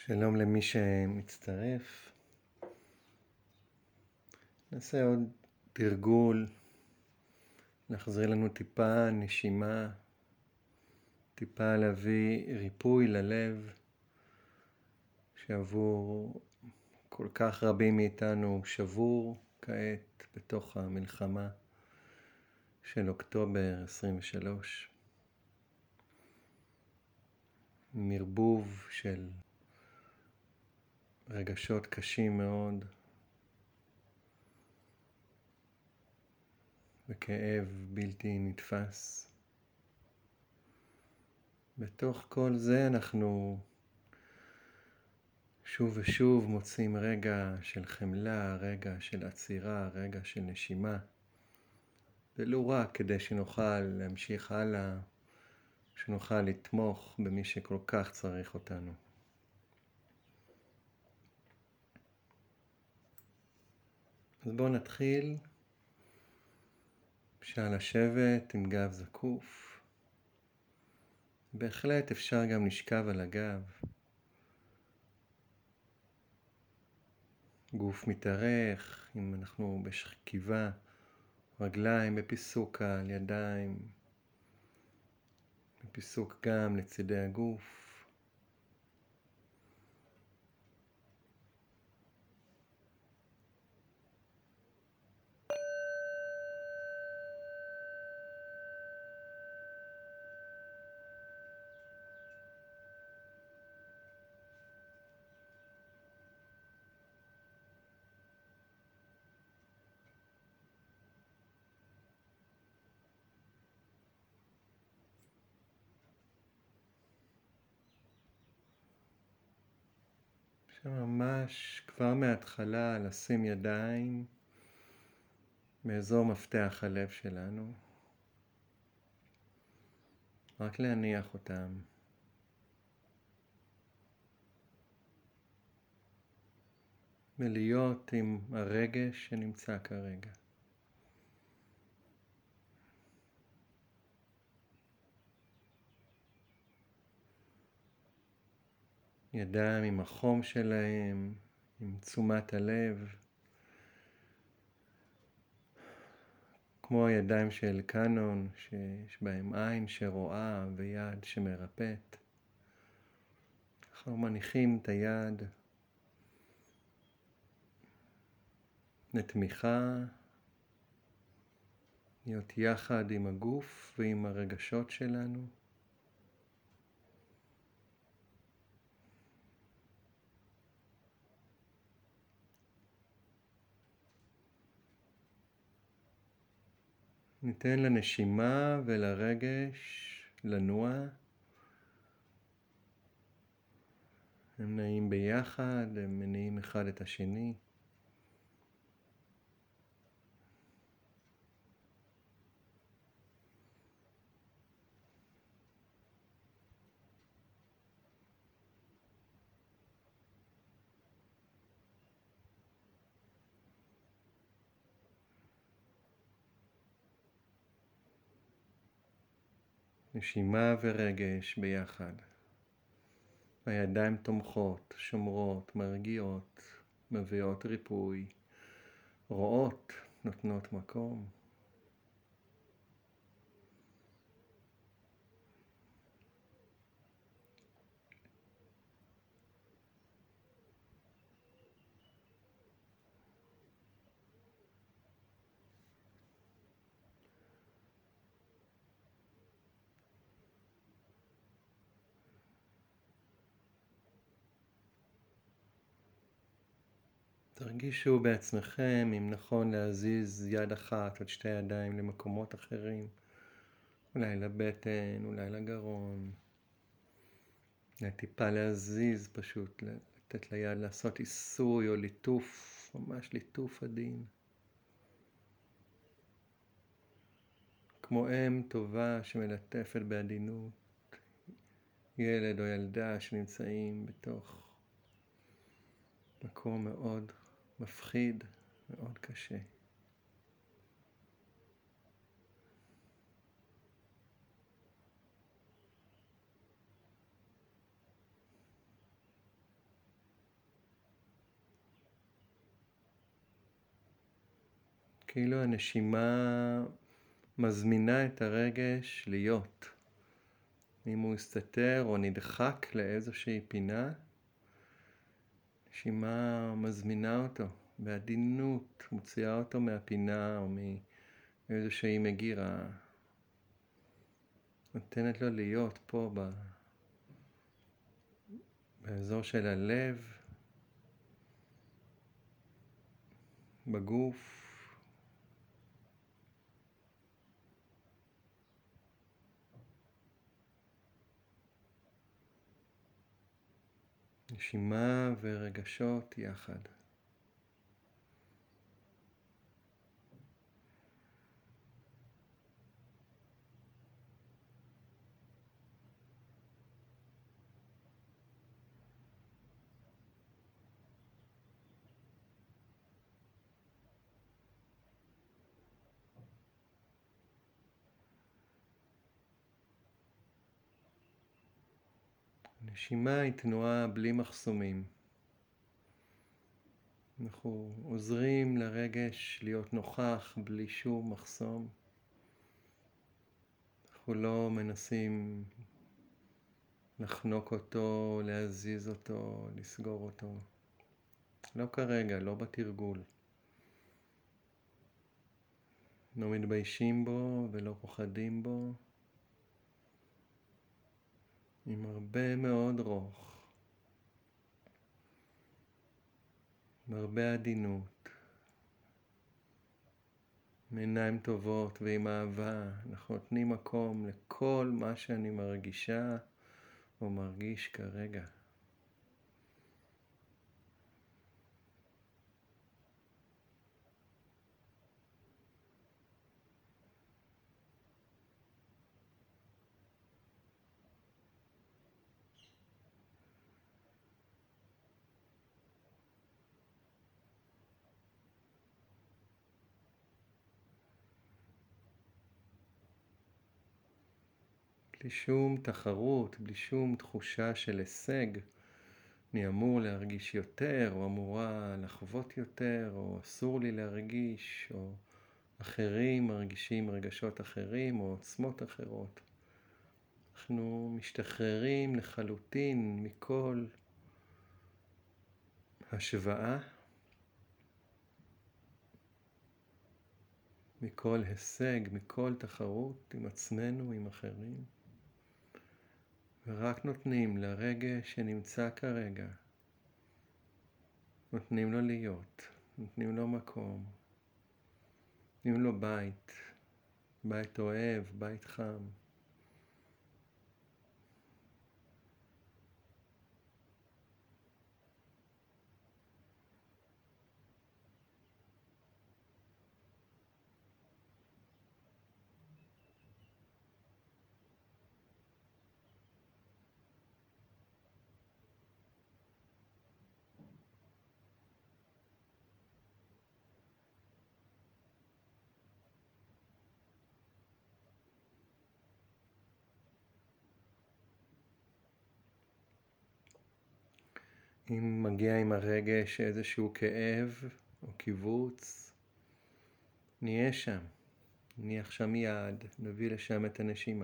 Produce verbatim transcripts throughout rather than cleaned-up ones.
שלום למי שמצטרף. נעשה עוד תרגול, נחזיר לנו טיפה נשימה, טיפה להביא ריפוי ללב, שעבור כל כך רבים מאיתנו שבור כעת בתוך המלחמה של אוקטובר עשרים ושלוש. מרבוב של רגשות קשים מאוד, וכאב בלתי נתפס. בתוך כל זה אנחנו שוב ושוב מוצאים רגע של חמלה, רגע של עצירה, רגע של נשימה, ולא רק כדי שנוכל להמשיך הלאה, שנוכל לתמוך במי שכל כך צריך אותנו. אז בואו נתחיל. אפשר לשבת עם גב זקוף. בהחלט אפשר גם לשכב על הגב. גוף מתארך, אם אנחנו בשכיבה, רגליים בפיסוק קל, ידיים בפיסוק גם לצידי הגוף. אפשר ממש כבר מההתחלה לשים ידיים באזור מפתח הלב שלנו, רק להניח אותם. ולהיות עם הרגש שנמצא כרגע. ידיים עם החום שלהם, עם תשומת הלב, כמו הידיים של קאנון שיש בהם עין שרואה ויד שמרפאת. אנחנו מניחים את היד לתמיכה, להיות יחד עם הגוף ועם הרגשות שלנו. ניתן לנשימה ולרגש לנוע. הם נעים ביחד, הם מניעים אחד את השני. נשימה ורגש ביחד. הידיים תומכות, שומרות, מרגיעות, מביאות ריפוי, רואות, נותנות מקום. תרגישו בעצמכם אם נכון להזיז יד אחת או שתי ידיים למקומות אחרים, אולי לבטן, אולי לגרון, אולי טיפה להזיז, פשוט לתת ליד לעשות עיסוי או ליטוף, ממש ליטוף עדין. כמו אם טובה שמלטפת בעדינות ילד או ילדה שנמצאים בתוך מקום מאוד מפחיד, מאוד קשה. כאילו הנשימה מזמינה את הרגש להיות. אם הוא הסתתר או נדחק לאיזושהי פינה, נשימה מזמינה אותו בעדינות, מוציאה אותו מהפינה או מאיזושהי מגירה. נותנת לו להיות פה ב... באזור של הלב, בגוף. נשימה ורגשות יחד. נשימה היא תנועה בלי מחסומים. אנחנו עוזרים לרגש להיות נוכח בלי שום מחסום. אנחנו לא מנסים לחנוק אותו, להזיז אותו, לסגור אותו. לא כרגע, לא בתרגול. לא מתביישים בו ולא פוחדים בו. עם הרבה מאוד רוך. עם הרבה עדינות. עם עיניים טובות ועם אהבה. אנחנו נותנים מקום לכל מה שאני מרגישה או מרגיש כרגע. בלי שום תחרות, בלי שום תחושה של הישג. אני אמור להרגיש יותר, או אמורה לחוות יותר, או אסור לי להרגיש, או אחרים מרגישים רגשות אחרים, או עוצמות אחרות. אנחנו משתחררים לחלוטין מכל השוואה, מכל הישג, מכל תחרות עם עצמנו, עם אחרים. ורק נותנים לרגש שנמצא כרגע, נותנים לו להיות, נותנים לו מקום, נותנים לו בית, בית אוהב, בית חם. אם מגיע עם הרגש איזשהו כאב או קיבוץ, נהיה שם, נניח שם יד, נביא לשם את הנשימה.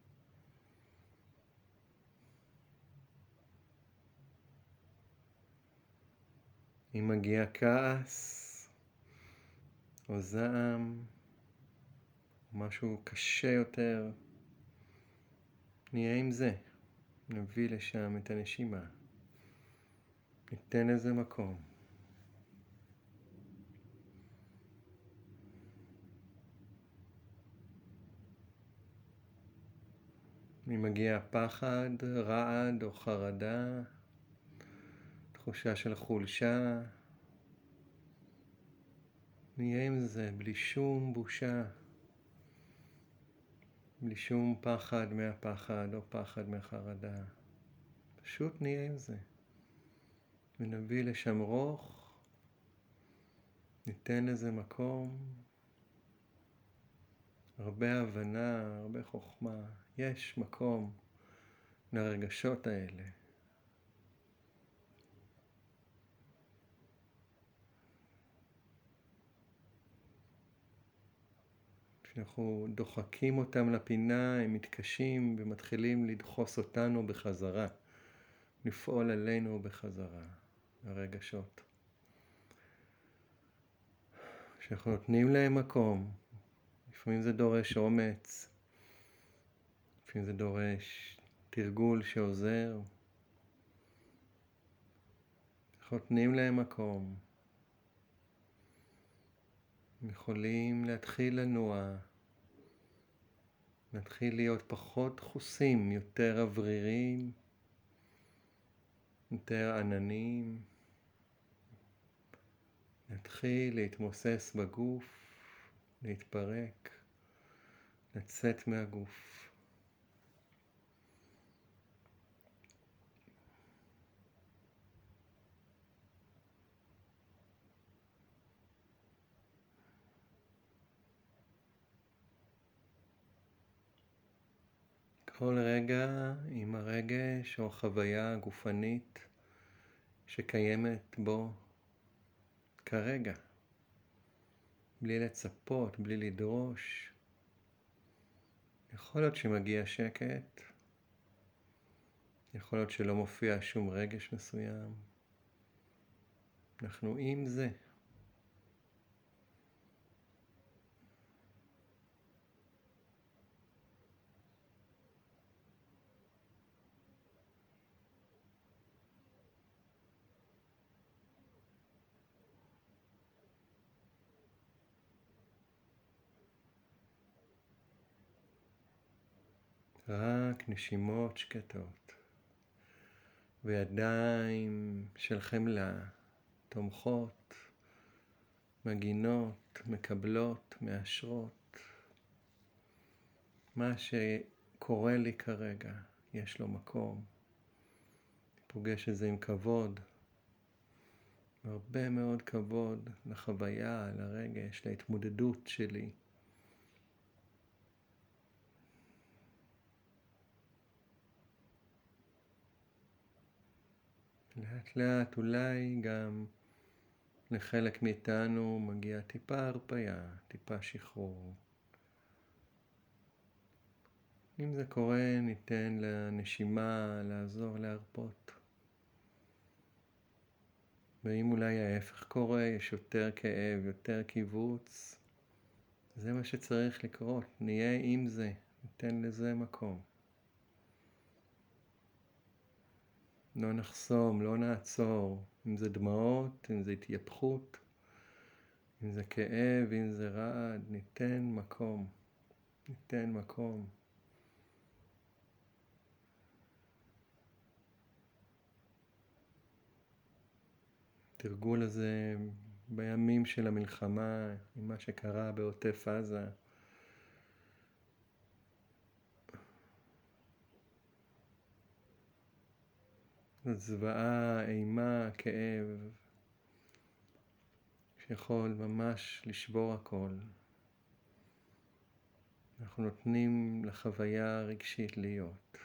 אם מגיע כעס או זעם, משהו קשה יותר, נהיה עם זה, נביא לשם את הנשימה. ניתן לזה מקום. אם מגיע פחד, רעד או חרדה, תחושה של חולשה, נהיה עם זה בלי שום בושה, בלי שום פחד מהפחד או פחד מהחרדה. פשוט נהיה עם זה. ונביא לשם רוך, ניתן לזה מקום, הרבה הבנה, הרבה חוכמה. יש מקום לרגשות האלה. כשאנחנו דוחקים אותם לפינה, הם מתקשים ומתחילים לדחוס אותנו בחזרה, לפעול עלינו בחזרה, הרגשות. כשאנחנו נותנים להם מקום, לפעמים זה דורש אומץ, לפעמים זה דורש תרגול שעוזר. אנחנו נותנים להם מקום. הם יכולים להתחיל לנוע, להתחיל להיות פחות דחוסים, יותר אוורירים, יותר עננים. להתחיל להתמוסס בגוף, להתפרק, לצאת מהגוף. כל רגע עם הרגש או החוויה הגופנית שקיימת בו כרגע, בלי לצפות, בלי לדרוש. יכול להיות שמגיע שקט, יכול להיות שלא מופיע שום רגש מסוים. אנחנו עם זה. רק נשימות שקטות, וידיים של חמלה, תומכות, מגינות, מקבלות, מאשרות. מה שקורה לי כרגע, יש לו מקום. פוגש את זה עם כבוד, הרבה מאוד כבוד לחוויה, לרגש, להתמודדות שלי. לאט לאט אולי גם לחלק מאיתנו מגיע טיפה הרפיה, טיפה שחרור. אם זה קורה, ניתן לנשימה לעזור להרפות. ואם אולי ההפך קורה, יש יותר כאב, יותר קיבוץ, זה מה שצריך לקרות. נהיה עם זה, ניתן לזה מקום. לא נחסום, לא נעצור. אם זה דמעות, אם זה התייפחות, אם זה כאב, אם זה רעד, ניתן מקום. ניתן מקום. התרגול הזה בימים של המלחמה, עם מה שקרה בעוטף עזה, זוועה, אימה, כאב, שיכול ממש לשבור הכל. אנחנו נותנים לחוויה הרגשית להיות,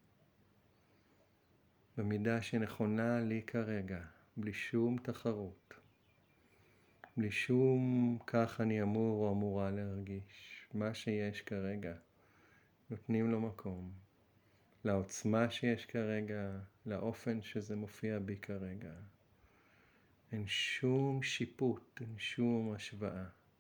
במידה שנכונה לי כרגע, בלי שום תחרות, בלי שום כך אני אמור או אמורה להרגיש. מה שיש כרגע, נותנים לו מקום. לעוצמה שיש כרגע, לאופן שזה מופיע בי כרגע. אין שום שיפוט, אין שום השוואה.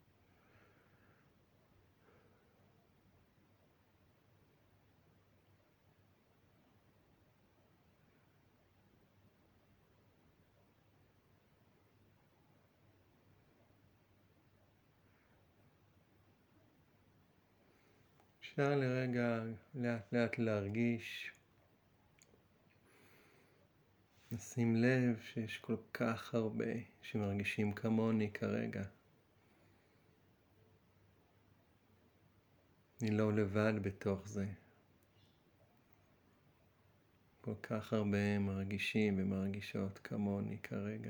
אפשר לרגע לאט לאט להרגיש, נשים לב שיש כל כך הרבה שמרגישים כמוני כרגע. אני לא לבד בתוך זה. כל כך הרבה מרגישים ומרגישות כמוני כרגע.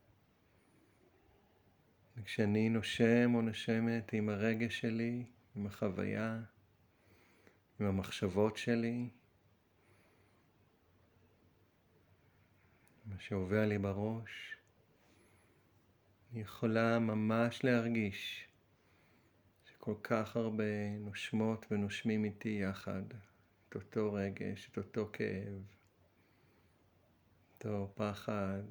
וכשאני נושם או נושמת עם הרגש שלי, עם החוויה, עם המחשבות שלי, מה שעובר לי בראש, אני יכולה ממש להרגיש כל כך הרבה נושמות ונושמים איתי יחד, את אותו רגש, את אותו כאב, אותו פחד,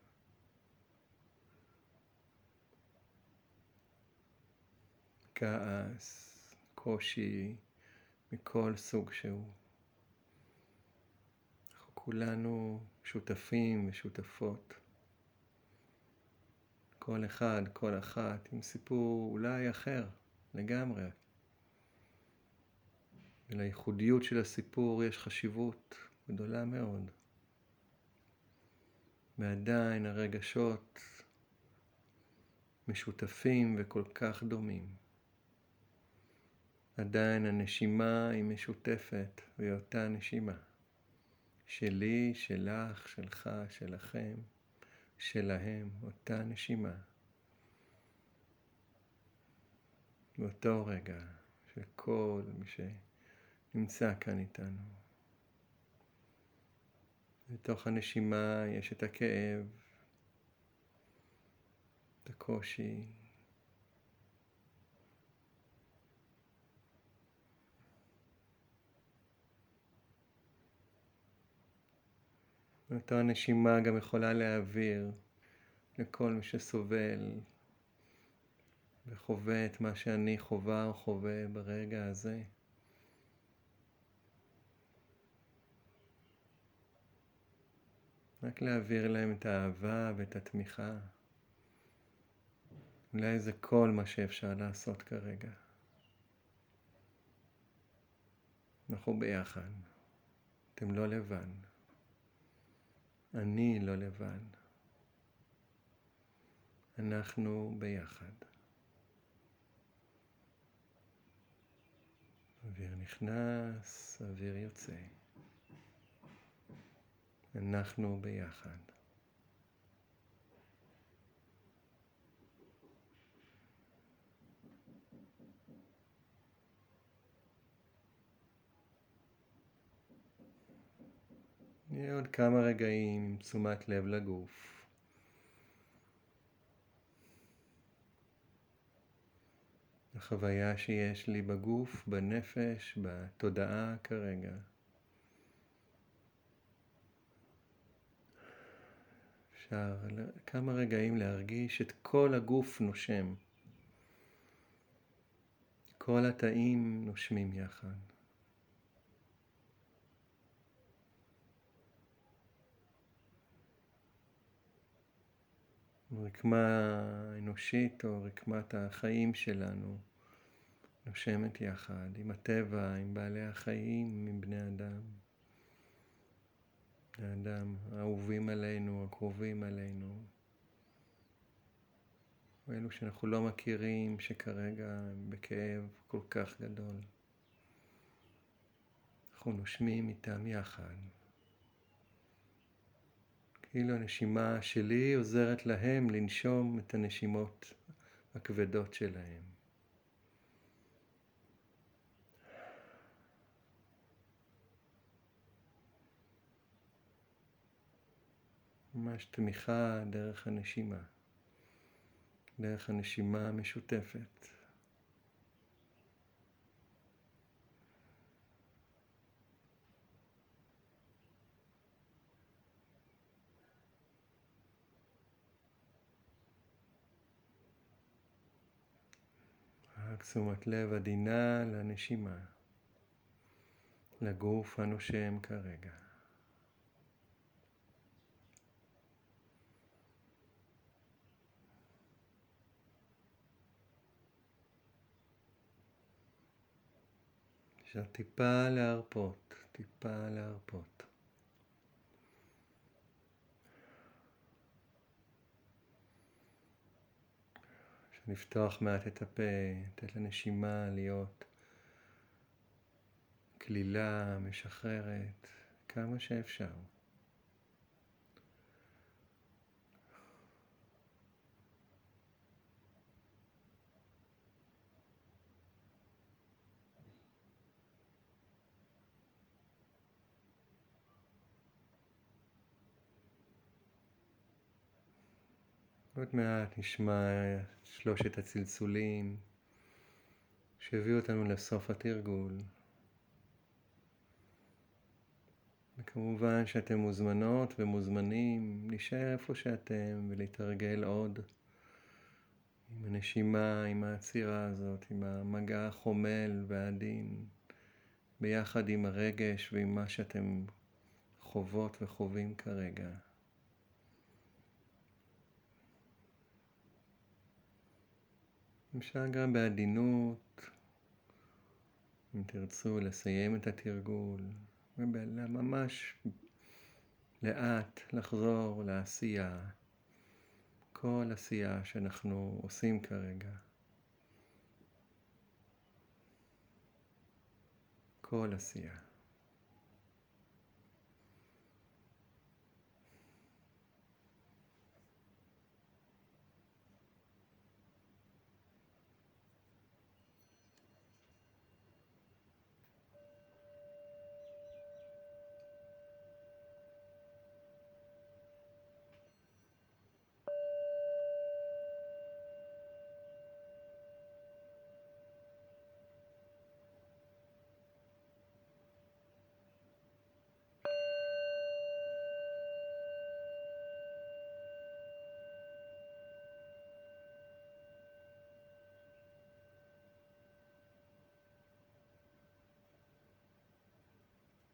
כעס, קושי, מכל סוג שהוא. אנחנו כולנו שותפים ושותפות. כל אחד, כל אחת, עם סיפור אולי אחר לגמרי. ולייחודיות של הסיפור יש חשיבות גדולה מאוד. ועדיין הרגשות משותפים וכל כך דומים. עדיין הנשימה היא משותפת, והיא אותה נשימה. שלי, שלך, שלך, שלכם, שלהם, אותה נשימה. באותו רגע של כל מי שנמצא כאן איתנו. בתוך הנשימה יש את הכאב, את הקושי, אותה הנשימה גם יכולה להעביר לכל מי שסובל וחווה את מה שאני חווה או חווה ברגע הזה. רק להעביר להם את האהבה ואת התמיכה. אולי זה כל מה שאפשר לעשות כרגע. אנחנו ביחד. אתם לא לבד. אני לא לבד. אנחנו ביחד. אוויר נכנס, אוויר יוצא. אנחנו ביחד. נהיה עוד כמה רגעים עם תשומת לב לגוף. החוויה שיש לי בגוף, בנפש, בתודעה כרגע. אפשר כמה רגעים להרגיש את כל הגוף נושם. כל התאים נושמים יחד. רקמה אנושית או רקמת החיים שלנו נושמת יחד עם הטבע, עם בעלי החיים, עם בני אדם. בני אדם האהובים עלינו, הקרובים עלינו. ואלו שאנחנו לא מכירים, שכרגע הם בכאב כל כך גדול. אנחנו נושמים איתם יחד. כאילו הנשימה שלי עוזרת להם לנשום את הנשימות הכבדות שלהם. ממש תמיכה דרך הנשימה. דרך הנשימה המשותפת. רק תשומת לב עדינה לנשימה, לגוף הנושם כרגע. אפשר טיפה להרפות, טיפה להרפות. אפשר לפתוח מעט את הפה, לתת לנשימה להיות כלילה, משחררת, כמה שאפשר. עוד מעט נשמע שלושת הצלצולים, שהביאו אותנו לסוף התרגול. וכמובן שאתם מוזמנות ומוזמנים להישאר איפה שאתם ולהתרגל עוד עם הנשימה, עם העצירה הזאת, עם המגע החומל והעדין, ביחד עם הרגש ועם מה שאתם חוות וחווים כרגע. אפשר גם בעדינות, אם תרצו, לסיים את התרגול, וממש לאט לחזור לעשייה, כל עשייה שאנחנו עושים כרגע. כל עשייה.